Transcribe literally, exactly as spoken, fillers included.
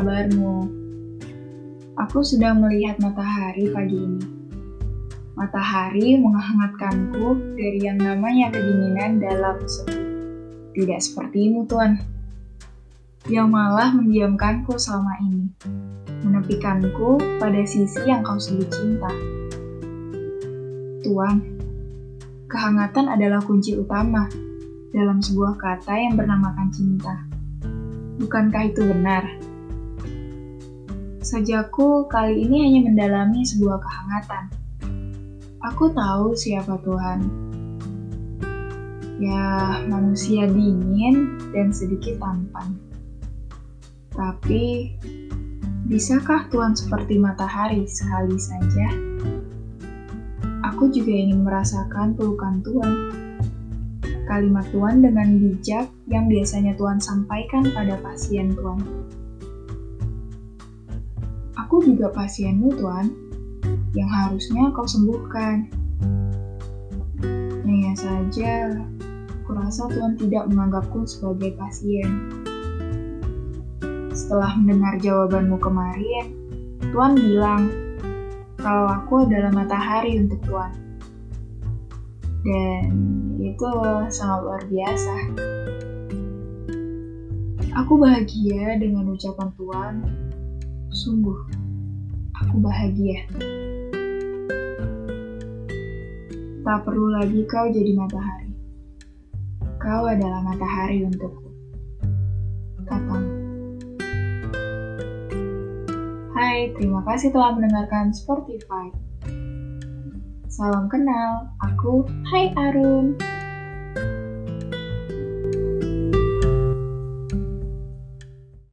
kabarmu? Aku sedang melihat matahari pagi ini. Matahari menghangatkanku dari yang namanya kedinginan dalam sepi. Tidak sepertimu, Tuan, yang malah mendiamkanku selama ini, menepikanku pada sisi yang kau sebut cinta. Tuan, kehangatan adalah kunci utama dalam sebuah kata yang bernamakan cinta. Bukankah itu benar? Sajaku kali ini hanya mendalami sebuah kehangatan. Aku tahu siapa Tuhan. Ya, manusia dingin dan sedikit tampan. Tapi, bisakah Tuhan seperti matahari sekali saja? Aku juga ingin merasakan pelukan Tuhan. Kalimat Tuhan dengan bijak yang biasanya Tuhan sampaikan pada pasien Tuhan. Aku juga pasienmu, Tuan, yang harusnya kau sembuhkan. Hanya saja, kurasa Tuhan tidak menganggapku sebagai pasien. Setelah mendengar jawabanmu kemarin, Tuhan bilang kalau aku adalah matahari untuk Tuhan. Dan itu sangat luar biasa. Aku bahagia dengan ucapan Tuhan. Sungguh, aku bahagia. Tak perlu lagi kau jadi matahari. Kau adalah matahari untukku, katamu. Hai, terima kasih telah mendengarkan Spotify. Salam kenal, aku Hai Arun.